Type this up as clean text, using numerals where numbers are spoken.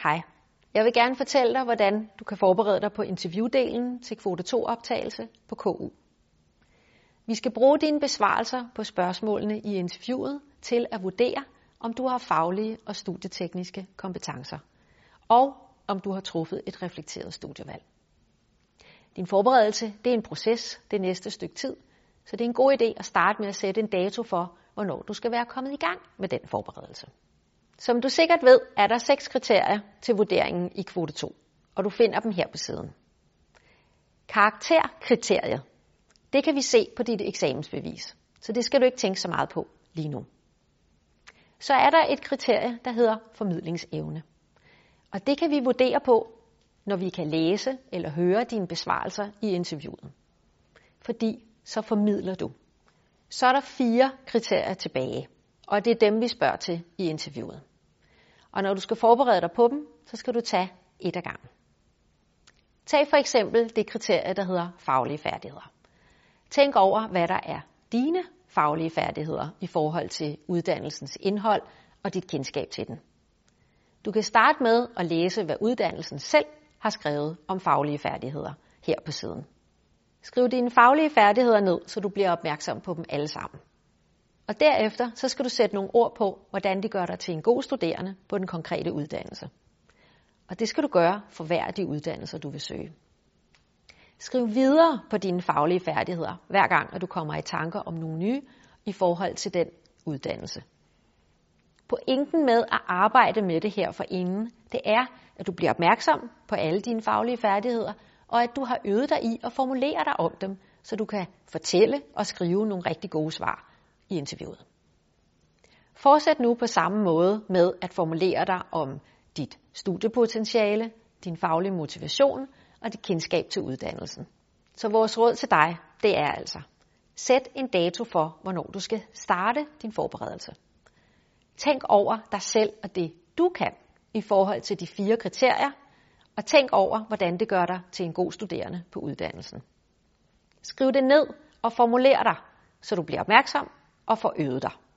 Hej. Jeg vil gerne fortælle dig, hvordan du kan forberede dig på interviewdelen til kvote 2-optagelse på KU. Vi skal bruge dine besvarelser på spørgsmålene i interviewet til at vurdere, om du har faglige og studietekniske kompetencer, og om du har truffet et reflekteret studievalg. Din forberedelse det er en proces det næste stykke tid, så det er en god idé at starte med at sætte en dato for, hvornår du skal være kommet i gang med den forberedelse. Som du sikkert ved, er der 6 kriterier til vurderingen i kvote 2, og du finder dem her på siden. Karakterkriteriet, det kan vi se på dit eksamensbevis, så det skal du ikke tænke så meget på lige nu. Så er der et kriterie, der hedder formidlingsevne. Og det kan vi vurdere på, når vi kan læse eller høre dine besvarelser i interviewet. Fordi så formidler du. Så er der 4 kriterier tilbage, og det er dem, vi spørger til i interviewet. Og når du skal forberede dig på dem, så skal du tage et ad gangen. Tag for eksempel det kriterie, der hedder faglige færdigheder. Tænk over, hvad der er dine faglige færdigheder i forhold til uddannelsens indhold og dit kendskab til den. Du kan starte med at læse, hvad uddannelsen selv har skrevet om faglige færdigheder her på siden. Skriv dine faglige færdigheder ned, så du bliver opmærksom på dem alle sammen. Og derefter så skal du sætte nogle ord på, hvordan de gør dig til en god studerende på den konkrete uddannelse. Og det skal du gøre for hver af de uddannelser, du vil søge. Skriv videre på dine faglige færdigheder, hver gang at du kommer i tanker om nogle nye i forhold til den uddannelse. Pointen med at arbejde med det her forinden, det er, at du bliver opmærksom på alle dine faglige færdigheder, og at du har øvet dig i at formulere dig om dem, så du kan fortælle og skrive nogle rigtig gode svar i interviewet. Fortsæt nu på samme måde med at formulere dig om dit studiepotentiale, din faglige motivation og dit kendskab til uddannelsen. Så vores råd til dig, det er altså, sæt en dato for, hvornår du skal starte din forberedelse. Tænk over dig selv og det, du kan i forhold til de 4 kriterier, og tænk over, hvordan det gør dig til en god studerende på uddannelsen. Skriv det ned og formuler dig, så du bliver opmærksom og får øvet dig.